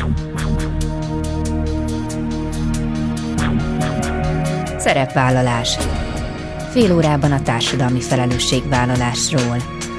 Szerepvállalás. Fél órában a társadalmi felelősségvállalásról.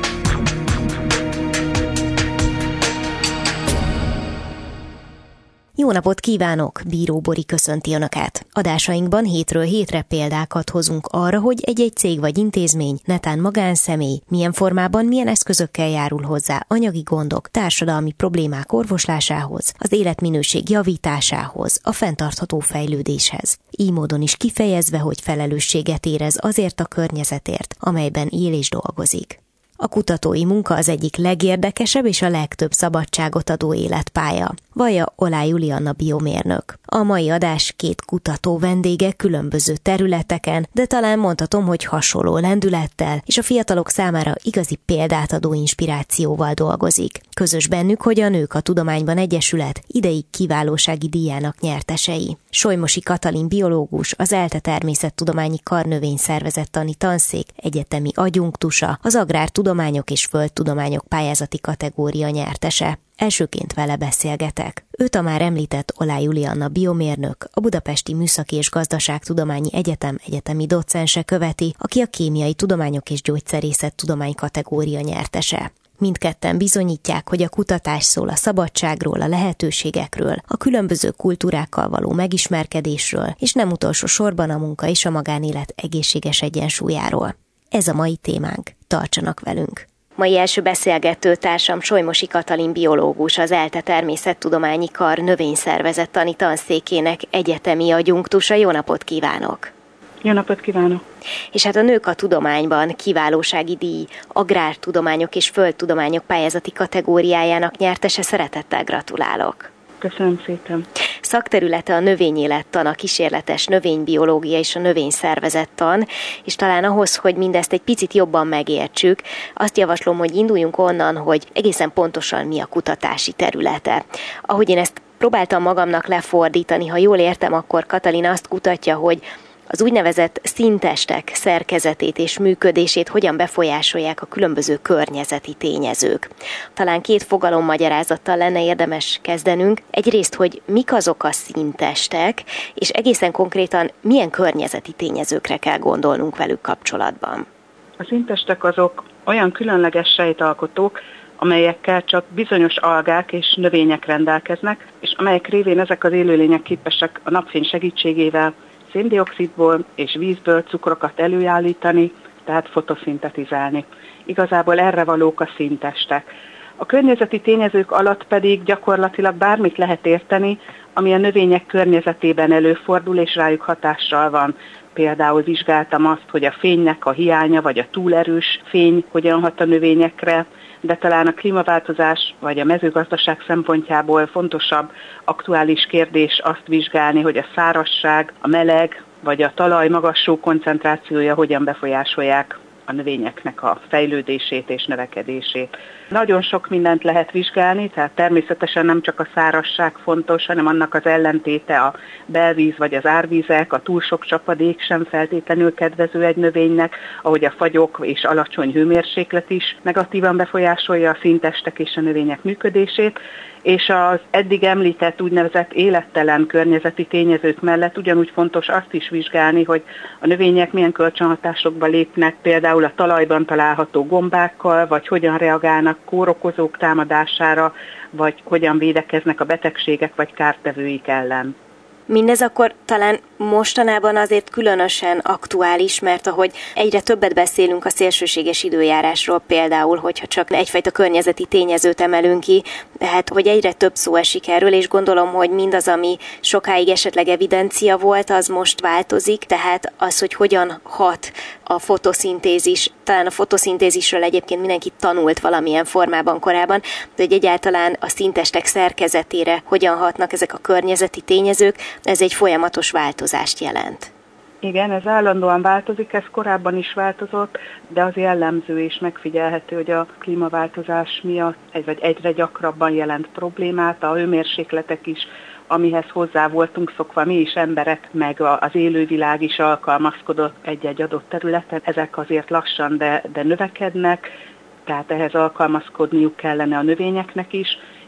Jó napot kívánok! Bíró Bori köszönti Önöket. Adásainkban hétről hétre példákat hozunk arra, hogy egy-egy cég vagy intézmény, netán magánszemély, milyen formában, milyen eszközökkel járul hozzá anyagi gondok, társadalmi problémák orvoslásához, az életminőség javításához, a fenntartható fejlődéshez. Így módon is kifejezve, hogy felelősséget érez azért a környezetért, amelyben él és dolgozik. A kutatói munka az egyik legérdekesebb és a legtöbb szabadságot adó életpálya, vallja Olá Julianna biomérnök. A mai adás két kutató vendége különböző területeken, de talán mondhatom, hogy hasonló lendülettel és a fiatalok számára igazi példát adó inspirációval dolgozik. Közös bennük, hogy a Nők a Tudományban Egyesület idei kiválósági díjának nyertesei. Solymosi Katalin biológus, az ELTE Természettudományi Kar növényszervezettani tanszék egyetemi adjunktusa, az Agrártudományok és Földtudományok pályázati kategória nyertese. Elsőként vele beszélgetek. Őt a már említett Olá Julianna biomérnök, a Budapesti Műszaki és Gazdaságtudományi Egyetem egyetemi docense követi, aki a Kémiai Tudományok és Gyógyszerészettudomány kategória nyertese. Mindketten bizonyítják, hogy a kutatás szól a szabadságról, a lehetőségekről, a különböző kultúrákkal való megismerkedésről, és nem utolsó sorban a munka és a magánélet egészséges egyensúlyáról. Ez a mai témánk. Tartsanak velünk! Mai első beszélgető társam Solymosi Katalin biológus, az ELTE Természettudományi Kar növényszervezettani tanszékének egyetemi adjunktusa. Jó napot kívánok! Jó napot kívánok! És hát a Nők a Tudományban kiválósági díj, Agrártudományok és Földtudományok pályázati kategóriájának nyertese, szeretettel gratulálok! Köszönöm szépen! Szakterülete a növényélettan, a kísérletes növénybiológia és a növényszervezettan, és talán ahhoz, hogy mindezt egy picit jobban megértsük, azt javaslom, hogy induljunk onnan, hogy egészen pontosan mi a kutatási területe. Ahogy én ezt próbáltam magamnak lefordítani, ha jól értem, akkor Katalin azt kutatja, hogy az úgynevezett színtestek szerkezetét és működését hogyan befolyásolják a különböző környezeti tényezők. Talán két fogalommagyarázattal lenne érdemes kezdenünk. Egyrészt, hogy mik azok a színtestek, és egészen konkrétan milyen környezeti tényezőkre kell gondolnunk velük kapcsolatban. A színtestek azok olyan különleges sejtalkotók, amelyekkel csak bizonyos algák és növények rendelkeznek, és amelyek révén ezek az élőlények képesek a napfény segítségével széndioxidból és vízből cukrokat előállítani, tehát fotoszintetizálni. Igazából erre valók a színtestek. A környezeti tényezők alatt pedig gyakorlatilag bármit lehet érteni, ami a növények környezetében előfordul és rájuk hatással van. Például vizsgáltam azt, hogy a fénynek a hiánya vagy a túlerős fény hogyan hat a növényekre, de talán a klímaváltozás vagy a mezőgazdaság szempontjából fontosabb, aktuális kérdés azt vizsgálni, hogy a szárazság, a meleg vagy a talaj magas só koncentrációja hogyan befolyásolják a növényeknek a fejlődését és növekedését. Nagyon sok mindent lehet vizsgálni, tehát természetesen nem csak a szárazság fontos, hanem annak az ellentéte a belvíz vagy az árvizek, a túl sok csapadék sem feltétlenül kedvező egy növénynek, ahogy a fagyok és alacsony hőmérséklet is negatívan befolyásolja a színtestek és a növények működését, és az eddig említett úgynevezett élettelen környezeti tényezők mellett ugyanúgy fontos azt is vizsgálni, hogy a növények milyen kölcsönhatásokba lépnek, például a talajban található gombákkal, vagy hogyan reagálnak kórokozók támadására, vagy hogyan védekeznek a betegségek vagy kártevőik ellen. Mindez akkor talán mostanában azért különösen aktuális, mert ahogy egyre többet beszélünk a szélsőséges időjárásról például, hogyha csak egyfajta környezeti tényezőt emelünk ki, tehát hogy egyre több szó esik erről, és gondolom, hogy mindaz, ami sokáig esetleg evidencia volt, az most változik, tehát az, hogy hogyan hat a fotoszintézis, talán a fotoszintézisről egyébként mindenki tanult valamilyen formában korábban, de hogy egyáltalán a színtestek szerkezetére hogyan hatnak ezek a környezeti tényezők, ez egy folyamatos változást jelent. Igen, ez állandóan változik, ez korábban is változott, de az jellemző és megfigyelhető, hogy a klímaváltozás miatt egyre gyakrabban jelent problémát, a hőmérsékletek is, amihez hozzá voltunk szokva mi is emberek, meg az élővilág is alkalmazkodott egy-egy adott területen. Ezek azért lassan, de növekednek, tehát ehhez alkalmazkodniuk kellene a növényeknek is,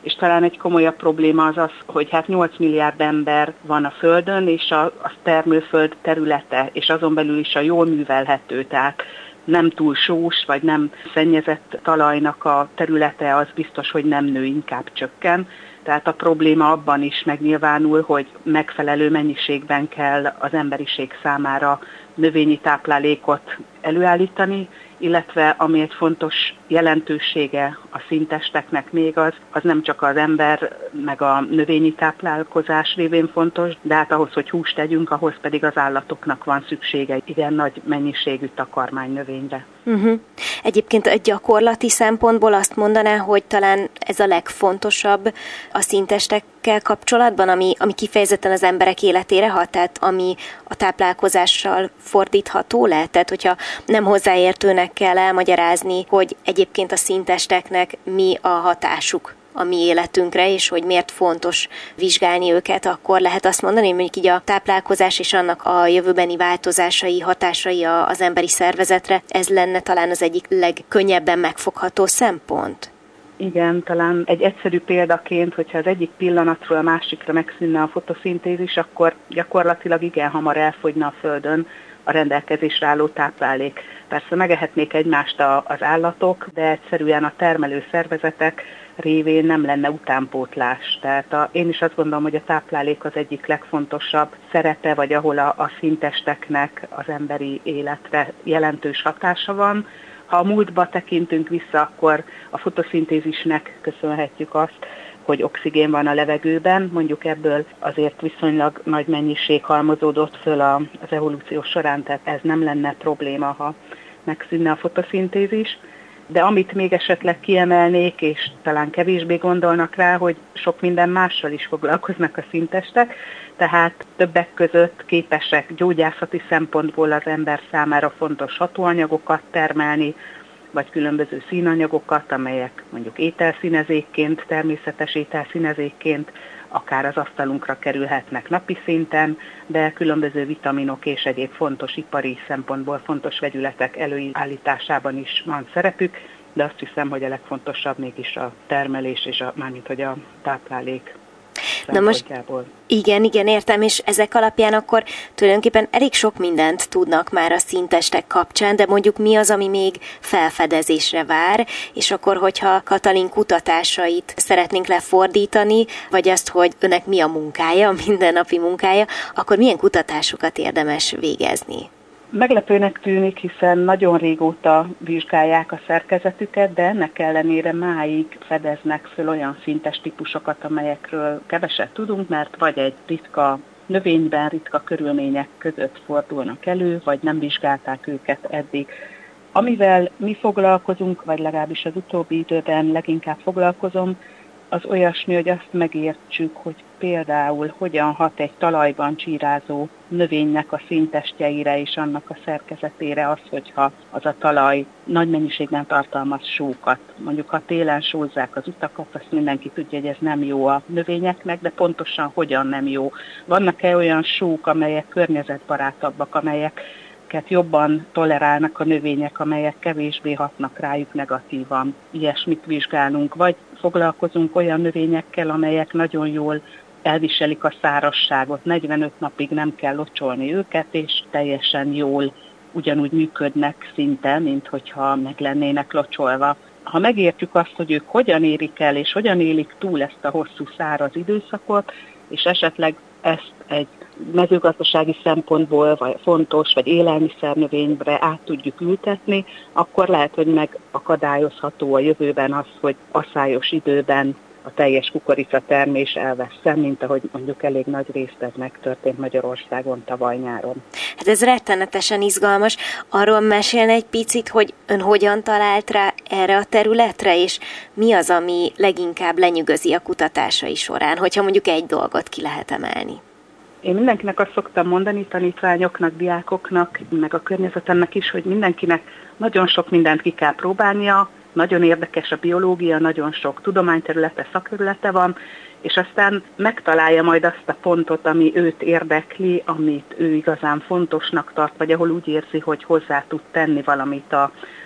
és talán egy komolyabb probléma az, hogy 8 milliárd ember van a Földön, és a termőföld területe, és azon belül is a jól művelhető, tehát nem túl sós, vagy nem szennyezett talajnak a területe, az biztos, hogy nem nő, inkább csökken. Tehát a probléma abban is megnyilvánul, hogy megfelelő mennyiségben kell az emberiség számára növényi táplálékot előállítani, illetve ami egy fontos jelentősége a színtesteknek még az nem csak az ember meg a növényi táplálkozás révén fontos, de hát ahhoz, hogy húst tegyünk, ahhoz pedig az állatoknak van szüksége igen nagy mennyiségű takarmánynövényre. Egyébként a gyakorlati szempontból azt mondaná, hogy talán ez a legfontosabb a színtestekkel kapcsolatban, ami kifejezetten az emberek életére hat, tehát ami a táplálkozással fordítható le? Tehát, hogyha nem hozzáértőnek kell elmagyarázni, hogy egyébként a színtesteknek mi a hatásuk a mi életünkre, és hogy miért fontos vizsgálni őket, akkor lehet azt mondani, hogy mondjuk így a táplálkozás és annak a jövőbeni változásai, hatásai az emberi szervezetre, ez lenne talán az egyik legkönnyebben megfogható szempont? Igen, talán egy egyszerű példaként, hogyha az egyik pillanatról a másikra megszűnne a fotoszintézis, akkor gyakorlatilag igen hamar elfogyna a Földön a rendelkezésre álló táplálék. Persze megehetnék egymást az állatok, de egyszerűen a termelő szervezetek révén nem lenne utánpótlás. Tehát én is azt gondolom, hogy a táplálék az egyik legfontosabb szerepe, vagy ahol a színtesteknek az emberi életre jelentős hatása van. Ha a múltba tekintünk vissza, akkor a fotoszintézisnek köszönhetjük azt, hogy oxigén van a levegőben, mondjuk ebből azért viszonylag nagy mennyiség halmozódott föl az evolúció során, tehát ez nem lenne probléma, ha megszűnne a fotoszintézis. De amit még esetleg kiemelnék, és talán kevésbé gondolnak rá, hogy sok minden mással is foglalkoznak a színtestek, tehát többek között képesek gyógyászati szempontból az ember számára fontos hatóanyagokat termelni, vagy különböző színanyagokat, amelyek mondjuk ételszínezékként, természetes ételszínezékként akár az asztalunkra kerülhetnek napi szinten, de különböző vitaminok és egyéb fontos ipari szempontból fontos vegyületek előállításában is van szerepük, de azt hiszem, hogy a legfontosabb mégis a termelés és mármint hogy a táplálék szempontjából. Igen, értem, és ezek alapján akkor tulajdonképpen elég sok mindent tudnak már a színtestek kapcsán, de mondjuk mi az, ami még felfedezésre vár, és akkor, hogyha Katalin kutatásait szeretnénk lefordítani, vagy azt, hogy önnek mi a munkája, a mindennapi munkája, akkor milyen kutatásokat érdemes végezni? Meglepőnek tűnik, hiszen nagyon régóta vizsgálják a szerkezetüket, de ennek ellenére máig fedeznek föl olyan színtes típusokat, amelyekről keveset tudunk, mert vagy egy ritka növényben, ritka körülmények között fordulnak elő, vagy nem vizsgálták őket eddig. Amivel mi foglalkozunk, vagy legalábbis az utóbbi időben leginkább foglalkozom, az olyasmi, hogy azt megértsük, hogy például hogyan hat egy talajban csírázó növénynek a színtestjeire és annak a szerkezetére az, hogyha az a talaj nagy mennyiségben tartalmaz sókat. Mondjuk, ha télen sózzák az utakat, azt mindenki tudja, hogy ez nem jó a növényeknek, de pontosan hogyan nem jó. Vannak-e olyan sók, amelyek környezetbarátabbak, amelyeket jobban tolerálnak a növények, amelyek kevésbé hatnak rájuk negatívan. Ilyesmit vizsgálunk, vagy foglalkozunk olyan növényekkel, amelyek nagyon jól elviselik a szárazságot. 45 napig nem kell locsolni őket, és teljesen jól ugyanúgy működnek szinte, mint hogyha meg lennének locsolva. Ha megértjük azt, hogy ők hogyan érik el, és hogyan élik túl ezt a hosszú száraz időszakot, és esetleg ezt egy mezőgazdasági szempontból vagy fontos, vagy élelmiszernövényre át tudjuk ültetni, akkor lehet, hogy megakadályozható a jövőben az, hogy asszályos időben a teljes kukoricatermés elvesszen, mint ahogy mondjuk elég nagy részt ez megtörtént Magyarországon tavaly nyáron. Hát ez rettenetesen izgalmas. Arról mesélne egy picit, hogy ön hogyan talált rá erre a területre, és mi az, ami leginkább lenyűgözi a kutatásai során, hogyha mondjuk egy dolgot ki lehet emelni? Én mindenkinek azt szoktam mondani, tanítványoknak, diákoknak, meg a környezetemnek is, hogy mindenkinek nagyon sok mindent ki kell próbálnia, nagyon érdekes a biológia, nagyon sok tudományterülete, szakterülete van, és aztán megtalálja majd azt a pontot, ami őt érdekli, amit ő igazán fontosnak tart, vagy ahol úgy érzi, hogy hozzá tud tenni valamit a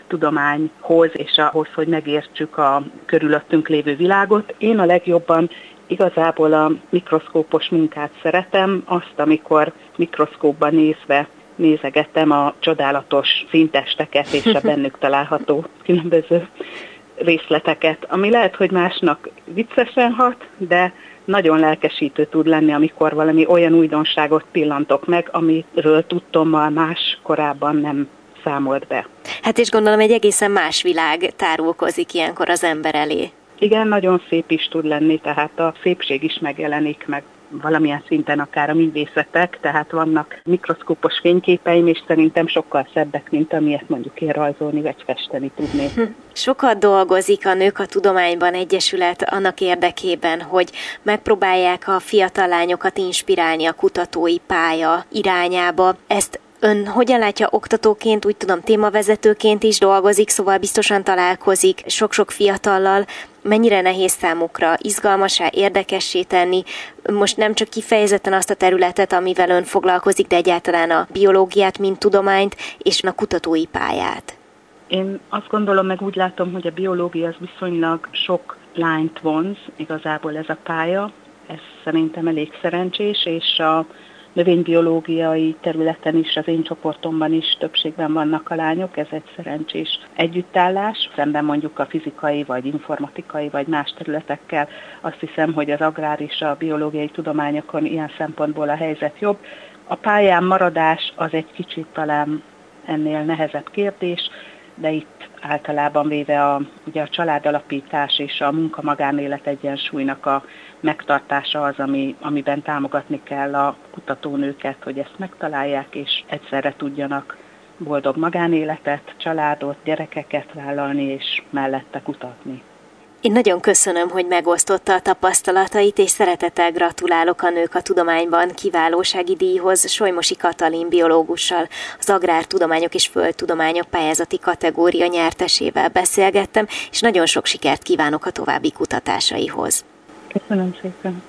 tudományhoz és ahhoz, hogy megértsük a körülöttünk lévő világot. Én a legjobban igazából a mikroszkópos munkát szeretem, azt, amikor mikroszkópban nézve nézegetem a csodálatos színtesteket és a bennük található különböző részleteket, ami lehet, hogy másnak viccesen hat, de nagyon lelkesítő tud lenni, amikor valami olyan újdonságot pillantok meg, amiről tudtommal más korábban nem számolt be. Hát és gondolom egy egészen más világ tárulkozik ilyenkor az ember elé. Igen, nagyon szép is tud lenni, tehát a szépség is megjelenik, meg valamilyen szinten akár a művészetek, tehát vannak mikroszkópos fényképeim, és szerintem sokkal szebbek, mint amilyet mondjuk én rajzolni vagy festeni tudnék. Sokat dolgozik a Nők a Tudományban Egyesület annak érdekében, hogy megpróbálják a fiatal lányokat inspirálni a kutatói pálya irányába. Ezt ön hogyan látja oktatóként, úgy tudom témavezetőként is dolgozik, szóval biztosan találkozik sok-sok fiatallal. Mennyire nehéz számukra izgalmassá, érdekessé tenni, most nem csak kifejezetten azt a területet, amivel ön foglalkozik, de egyáltalán a biológiát, mint tudományt, és a kutatói pályát? Én azt gondolom, meg úgy látom, hogy a biológia az viszonylag sok lányt vonz, igazából ez a pálya. Ez szerintem elég szerencsés, és a növénybiológiai területen is, az én csoportomban is többségben vannak a lányok, ez egy szerencsés együttállás, szemben mondjuk a fizikai, vagy informatikai, vagy más területekkel. Azt hiszem, hogy az agrár és a biológiai tudományokon ilyen szempontból a helyzet jobb. A pályán maradás az egy kicsit talán ennél nehezebb kérdés, de itt általában véve ugye a családalapítás és a munka-magánélet egyensúlynak a megtartása az, amiben támogatni kell a kutatónőket, hogy ezt megtalálják, és egyszerre tudjanak boldog magánéletet, családot, gyerekeket vállalni, és mellette kutatni. Én nagyon köszönöm, hogy megosztotta a tapasztalatait, és szeretettel gratulálok a Nők a Tudományban kiválósági díjhoz Solymosi Katalin biológussal, az Agrártudományok és Földtudományok pályázati kategória nyertesével beszélgettem, és nagyon sok sikert kívánok a további kutatásaihoz. Köszönöm szépen!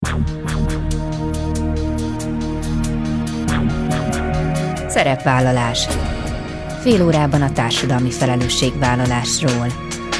Szerepvállalás. Fél órában a társadalmi felelősségvállalásról.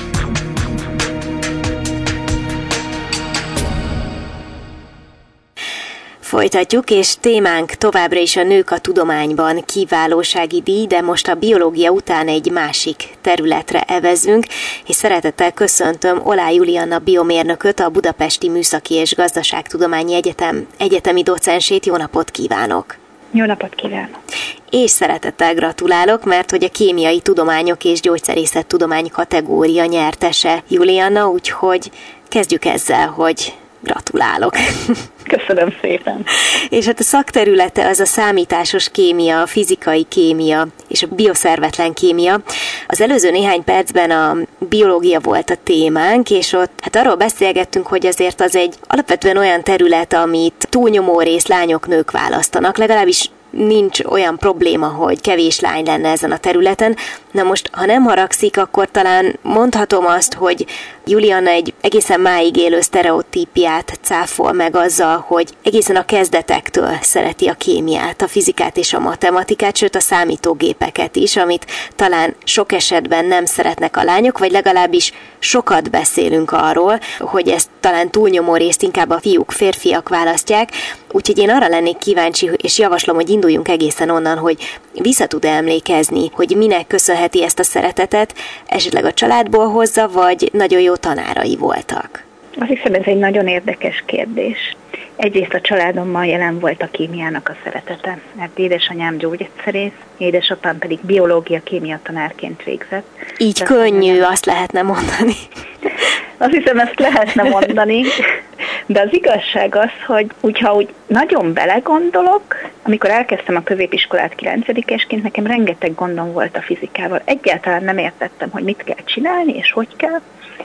Folytatjuk, és témánk továbbra is a Nők a Tudományban kiválósági díj, de most a biológia után egy másik területre evezünk, és szeretettel köszöntöm Oláh Julianna biomérnököt, a Budapesti Műszaki és Gazdaságtudományi Egyetem egyetemi docensét. Jó napot kívánok! Jó napot kívánok! És szeretettel gratulálok, mert hogy a kémiai tudományok és gyógyszerészettudomány kategória nyertese Julianna, úgyhogy kezdjük ezzel, hogy gratulálok! Köszönöm szépen! És hát a szakterülete az a számításos kémia, a fizikai kémia és a bioszervetlen kémia. Az előző néhány percben a biológia volt a témánk, és ott hát arról beszélgettünk, hogy azért az egy alapvetően olyan terület, amit túlnyomó rész lányok, nők választanak, legalábbis nincs olyan probléma, hogy kevés lány lenne ezen a területen. Na most, ha nem haragszik, akkor talán mondhatom azt, hogy Julianna egy egészen máig élő sztereotípiát cáfol meg azzal, hogy egészen a kezdetektől szereti a kémiát, a fizikát és a matematikát, sőt a számítógépeket is, amit talán sok esetben nem szeretnek a lányok, vagy legalábbis sokat beszélünk arról, hogy ezt talán túlnyomó részt inkább a fiúk, férfiak választják. Úgyhogy én arra lennék kíváncsi, és javaslom, hogy induljunk egészen onnan, hogy vissza tud emlékezni, hogy minek köszönheti ezt a szeretetet, esetleg a családból hozza, vagy nagyon jó tanárai voltak? Azt hiszem, ez egy nagyon érdekes kérdés. Egyrészt a családommal jelen volt a kémiának a szeretete, mert édesanyám gyógyszerész, édesapám pedig biológia-kémia tanárként végzett. Így könnyű, azt lehetne mondani. Azt hiszem, ezt lehetne mondani, de az igazság az, hogy ha úgy nagyon belegondolok, amikor elkezdtem a középiskolát 9-esként, nekem rengeteg gondom volt a fizikával. Egyáltalán nem értettem, hogy mit kell csinálni, és hogy kell.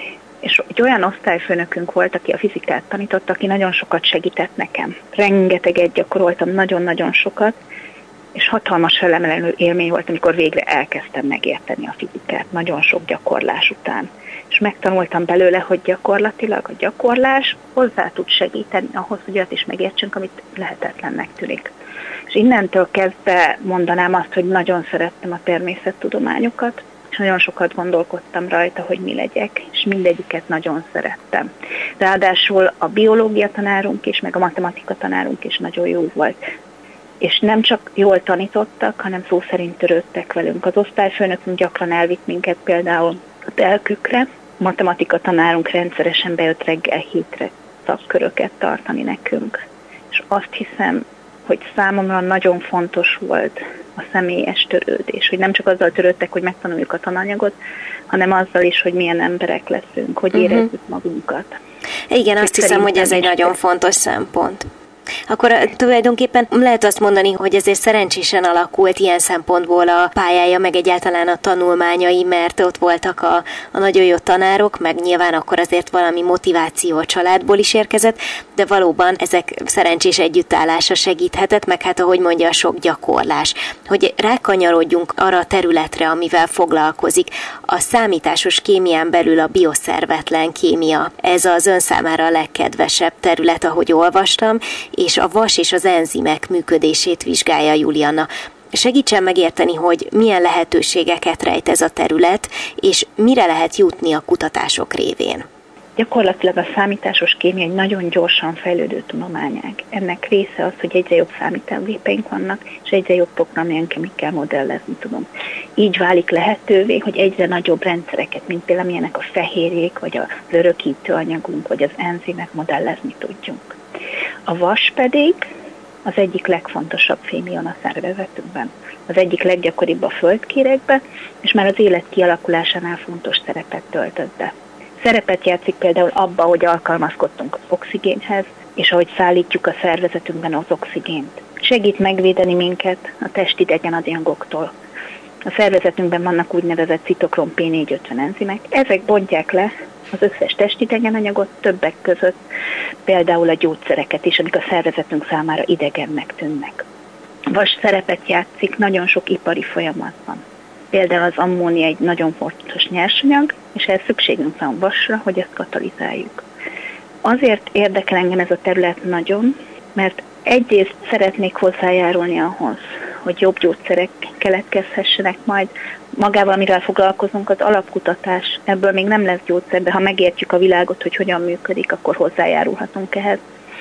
És egy olyan osztályfőnökünk volt, aki a fizikát tanított, aki nagyon sokat segített nekem. Rengeteget gyakoroltam, nagyon-nagyon sokat, és hatalmas felemelő élmény volt, amikor végre elkezdtem megérteni a fizikát, nagyon sok gyakorlás után. És megtanultam belőle, hogy gyakorlatilag a gyakorlás hozzá tud segíteni ahhoz, hogy olyat is megértsünk, amit lehetetlennek tűnik. És innentől kezdve mondanám azt, hogy nagyon szerettem a természettudományokat, és nagyon sokat gondolkodtam rajta, hogy mi legyek, és mindegyiket nagyon szerettem. Ráadásul a biológia tanárunk is, meg a matematika tanárunk is nagyon jó volt. És nem csak jól tanítottak, hanem szó szerint törődtek velünk. Az osztályfőnökünk gyakran elvitt minket például a telkükre, matematika tanárunk rendszeresen bejött reggel 7-re szakköröket tartani nekünk. És azt hiszem, hogy számomra nagyon fontos volt a személyes törődés, hogy nem csak azzal törődtek, hogy megtanuljuk a tananyagot, hanem azzal is, hogy milyen emberek leszünk, hogy érezzük magunkat. Igen, azt hiszem, hogy ez egy nagyon fontos szempont. Akkor tulajdonképpen lehet azt mondani, hogy ezért szerencsésen alakult ilyen szempontból a pályája, meg egyáltalán a tanulmányai, mert ott voltak a nagyon jó tanárok, meg nyilván akkor azért valami motiváció a családból is érkezett, de valóban ezek szerencsés együttállása segíthetett, meg hát ahogy mondja, a sok gyakorlás. Hogy rákanyarodjunk arra a területre, amivel foglalkozik, a számításos kémián belül a bioszervetlen kémia. Ez az ön számára a legkedvesebb terület, ahogy olvastam, és a vas és az enzimek működését vizsgálja Julianna. Segítsen megérteni, hogy milyen lehetőségeket rejt ez a terület, és mire lehet jutni a kutatások révén. Gyakorlatilag a számításos kémia egy nagyon gyorsan fejlődő tudományág. Ennek része az, hogy egyre jobb számítógépeink vannak, és egyre jobb programjankkel modellezni tudunk. Így válik lehetővé, hogy egyre nagyobb rendszereket, mint például milyenek a fehérjék, vagy az örökítő anyagunk, vagy az enzimek modellezni tudjunk. A vas pedig az egyik legfontosabb fémion a szervezetünkben. Az egyik leggyakoribb a földkéregben, és már az élet kialakulásánál fontos szerepet töltött be. Szerepet játszik például abba, hogy alkalmazkodtunk az oxigénhez, és ahogy szállítjuk a szervezetünkben az oxigént. Segít megvédeni minket a testidegen anyagoktól. A szervezetünkben vannak úgynevezett citokrom P450 enzimek. Ezek bontják le az összes testidegen anyagot, többek között például a gyógyszereket is, amik a szervezetünk számára idegennek tűnnek. Vas szerepet játszik nagyon sok ipari folyamatban. Például az ammónia egy nagyon fontos nyersanyag, és ehhez szükségünk van vasra, hogy ezt katalizáljuk. Azért érdekel engem ez a terület nagyon, mert egyrészt szeretnék hozzájárulni ahhoz, hogy jobb gyógyszerek keletkezhessenek majd. Magával, amivel foglalkozunk, az alapkutatás, ebből még nem lesz gyógyszer, de ha megértjük a világot, hogy hogyan működik, akkor hozzájárulhatunk ehhez.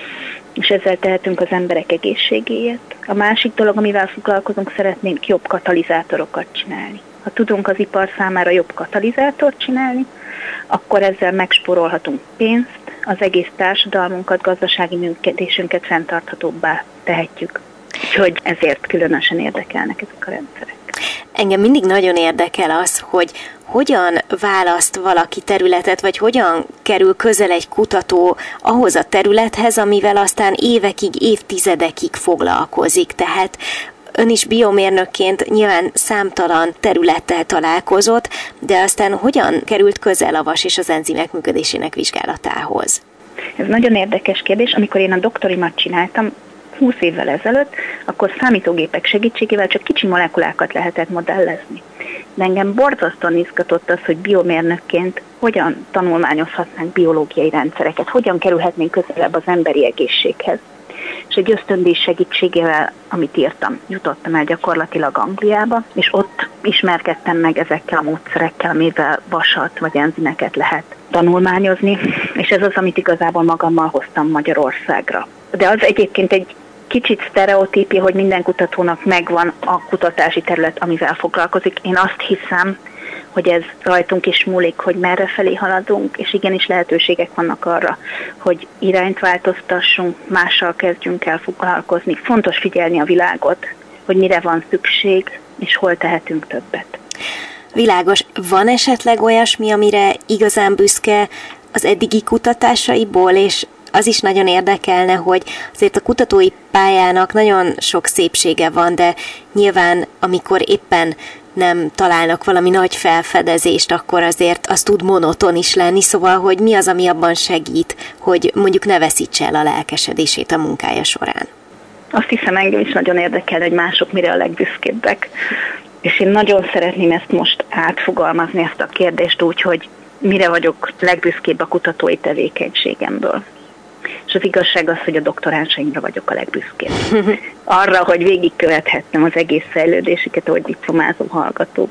És ezzel tehetünk az emberek egészségéért. A másik dolog, amivel foglalkozunk, szeretnénk jobb katalizátorokat csinálni. Ha tudunk az ipar számára jobb katalizátort csinálni, akkor ezzel megspórolhatunk pénzt, az egész társadalmunkat, gazdasági működésünket fenntarthatóbbá tehetjük. Úgyhogy ezért különösen érdekelnek ezek a rendszerek. Engem mindig nagyon érdekel az, hogy hogyan választ valaki területet, vagy hogyan kerül közel egy kutató ahhoz a területhez, amivel aztán évekig, évtizedekig foglalkozik. Tehát ön is biomérnökként nyilván számtalan területtel találkozott, de aztán hogyan került közel a vas és az enzimek működésének vizsgálatához? Ez nagyon érdekes kérdés. Amikor én a doktorimat csináltam, 20 évvel ezelőtt, akkor számítógépek segítségével csak kicsi molekulákat lehetett modellezni. De engem borzasztóan izgatott az, hogy biomérnökként hogyan tanulmányozhatnánk biológiai rendszereket, hogyan kerülhetnénk közelebb az emberi egészséghez. És egy ösztöndíj segítségével, amit írtam, jutottam el gyakorlatilag Angliába, és ott ismerkedtem meg ezekkel a módszerekkel, amivel vasat vagy enzimeket lehet tanulmányozni, és ez az, amit igazából magammal hoztam Magyarországra. De az egyébként egy kicsit sztereotípia, hogy minden kutatónak megvan a kutatási terület, amivel foglalkozik. Én azt hiszem, hogy ez rajtunk is múlik, hogy merre felé haladunk, és igenis lehetőségek vannak arra, hogy irányt változtassunk, mással kezdjünk el foglalkozni. Fontos figyelni a világot, hogy mire van szükség, és hol tehetünk többet. Világos. Van esetleg olyasmi, amire igazán büszke az eddigi kutatásaiból, és az is nagyon érdekelne, hogy azért a kutatói pályának nagyon sok szépsége van, de nyilván amikor éppen nem találnak valami nagy felfedezést, akkor azért az tud monoton is lenni, szóval, hogy mi az, ami abban segít, hogy mondjuk ne veszítse el a lelkesedését a munkája során. Azt hiszem, engem is nagyon érdekel, hogy mások mire a legbüszkébbek. És én nagyon szeretném ezt most átfogalmazni, ezt a kérdést úgy, hogy mire vagyok legbüszkébb a kutatói tevékenységemből. És az igazság az, hogy a doktoránsaimra vagyok a legbüszkébb. Arra, hogy végigkövethettem az egész fejlődésüket, ahogy diplomázó hallgatóból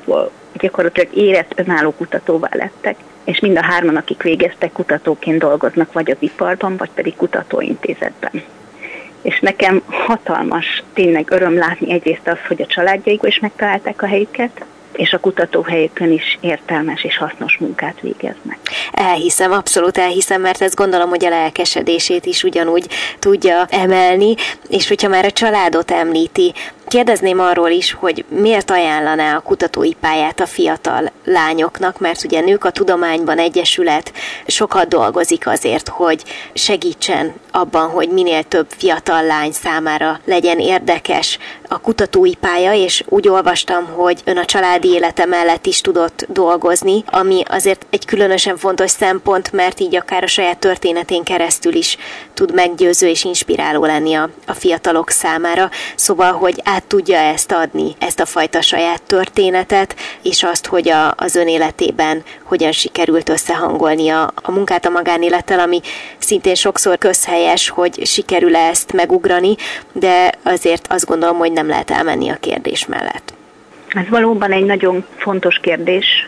gyakorlatilag érett önálló kutatóvá lettek, és mind a hárman, akik végeztek, kutatóként dolgoznak vagy az iparban, vagy pedig kutatóintézetben. És nekem hatalmas, tényleg öröm látni egyrészt az, hogy a családjaikban is megtalálták a helyüket, és a kutatóhelyükön is értelmes és hasznos munkát végeznek. Elhiszem, abszolút elhiszem, mert ezt gondolom, hogy a lelkesedését is ugyanúgy tudja emelni, és hogyha már a családot említi, kérdezném arról is, hogy miért ajánlaná a kutatói pályát a fiatal lányoknak, mert ugye Nők a Tudományban Egyesület sokat dolgozik azért, hogy segítsen abban, hogy minél több fiatal lány számára legyen érdekes a kutatói pálya, és úgy olvastam, hogy ön a családi élete mellett is tudott dolgozni, ami azért egy különösen fontos szempont, mert így akár a saját történetén keresztül is tud meggyőző és inspiráló lenni a fiatalok számára. Szóval, hogy át tudja ezt adni, ezt a fajta saját történetet, és azt, hogy az ön életében hogyan sikerült összehangolni a munkát a magánélettel, ami szintén sokszor közhelyes, hogy sikerül ezt megugrani, de azért azt gondolom, hogy nem lehet elmenni a kérdés mellett. Ez valóban egy nagyon fontos kérdés,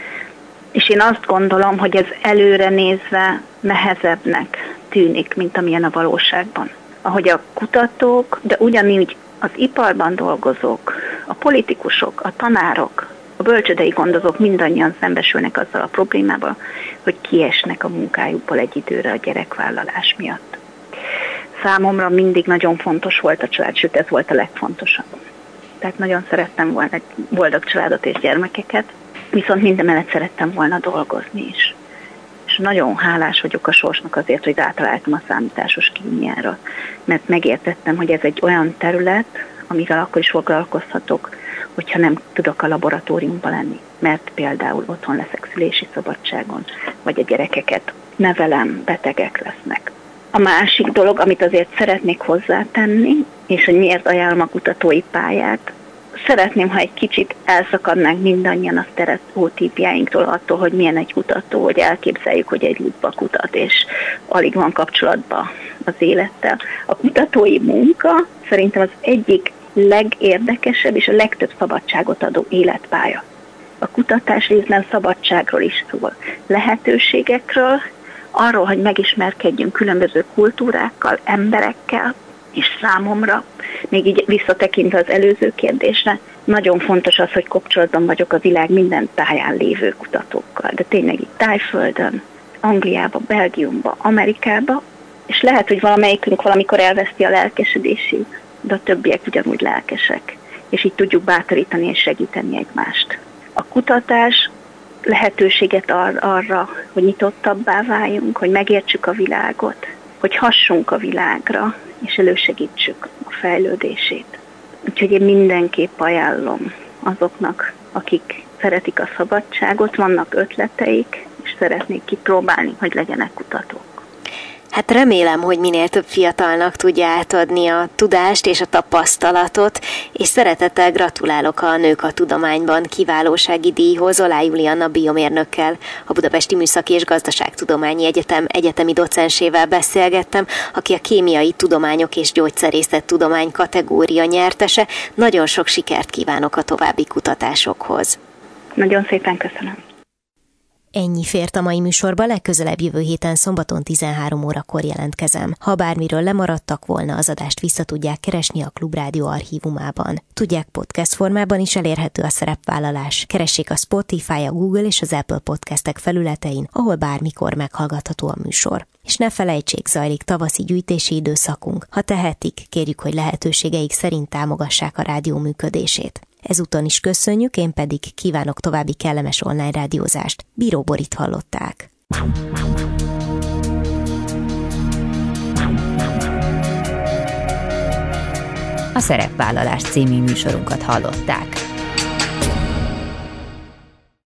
és én azt gondolom, hogy ez előre nézve nehezebbnek tűnik, mint amilyen a valóságban. Ahogy a kutatók, de ugyanígy az iparban dolgozók, a politikusok, a tanárok, a bölcsődei gondozók mindannyian szembesülnek azzal a problémával, hogy kiesnek a munkájukból egy időre a gyerekvállalás miatt. Számomra mindig nagyon fontos volt a család, sőt ez volt a legfontosabb. Tehát nagyon szerettem volna egy boldog családot és gyermekeket, viszont mindemellett szerettem volna dolgozni is. És nagyon hálás vagyok a sorsnak azért, hogy rátaláltam a számításos kémiára, mert megértettem, hogy ez egy olyan terület, amivel akkor is foglalkozhatok, hogyha nem tudok a laboratóriumban lenni, mert például otthon leszek szülési szabadságon, vagy a gyerekeket nevelem, betegek lesznek. A másik dolog, amit azért szeretnék hozzátenni, és hogy miért ajánlom a kutatói pályát, szeretném, ha egy kicsit elszakadnánk mindannyian a sztereotípiáinktól attól, hogy milyen egy kutató, hogy elképzeljük, hogy egy lukba kutat, és alig van kapcsolatban az élettel. A kutatói munka szerintem az egyik legérdekesebb és a legtöbb szabadságot adó életpálya. A kutatás részben szabadságról is szól, lehetőségekről, arról, hogy megismerkedjünk különböző kultúrákkal, emberekkel, és számomra, még így visszatekintve az előző kérdésre, nagyon fontos az, hogy kapcsolatban vagyok a világ minden táján lévő kutatókkal, de tényleg itt Tájföldön, Angliába, Belgiumba, Amerikába, és lehet, hogy valamelyikünk valamikor elveszti a lelkesedését, de a többiek ugyanúgy lelkesek, és így tudjuk bátorítani és segíteni egymást. A kutatás lehetőséget arra, hogy nyitottabbá váljunk, hogy megértsük a világot, hogy hassunk a világra, és elősegítsük a fejlődését. Úgyhogy én mindenképp ajánlom azoknak, akik szeretik a szabadságot, vannak ötleteik, és szeretnék kipróbálni, hogy legyenek kutatók. Hát remélem, hogy minél több fiatalnak tudja átadni a tudást és a tapasztalatot, és szeretettel gratulálok a Nők a Tudományban kiválósági díjhoz. Olá Julianna biomérnökkel, a Budapesti Műszaki és Gazdaságtudományi Egyetem egyetemi docensével beszélgettem, aki a kémiai tudományok és gyógyszerészettudomány kategória nyertese. Nagyon sok sikert kívánok a további kutatásokhoz. Nagyon szépen köszönöm. Ennyi fért a mai műsorba, legközelebb jövő héten szombaton 13 órakor jelentkezem. Ha bármiről lemaradtak volna, az adást vissza tudják keresni a Klubrádió archívumában. Tudják, podcast formában is elérhető a szerepvállalás. Keressék a Spotify, a Google és az Apple podcastek felületein, ahol bármikor meghallgatható a műsor. És ne felejtsék, zajlik tavaszi gyűjtési időszakunk. Ha tehetik, kérjük, hogy lehetőségeik szerint támogassák a rádió működését. Ezúton is köszönjük, én pedig kívánok további kellemes online rádiózást. Bíró Borit hallották. A Szerepvállalás című műsorunkat hallották.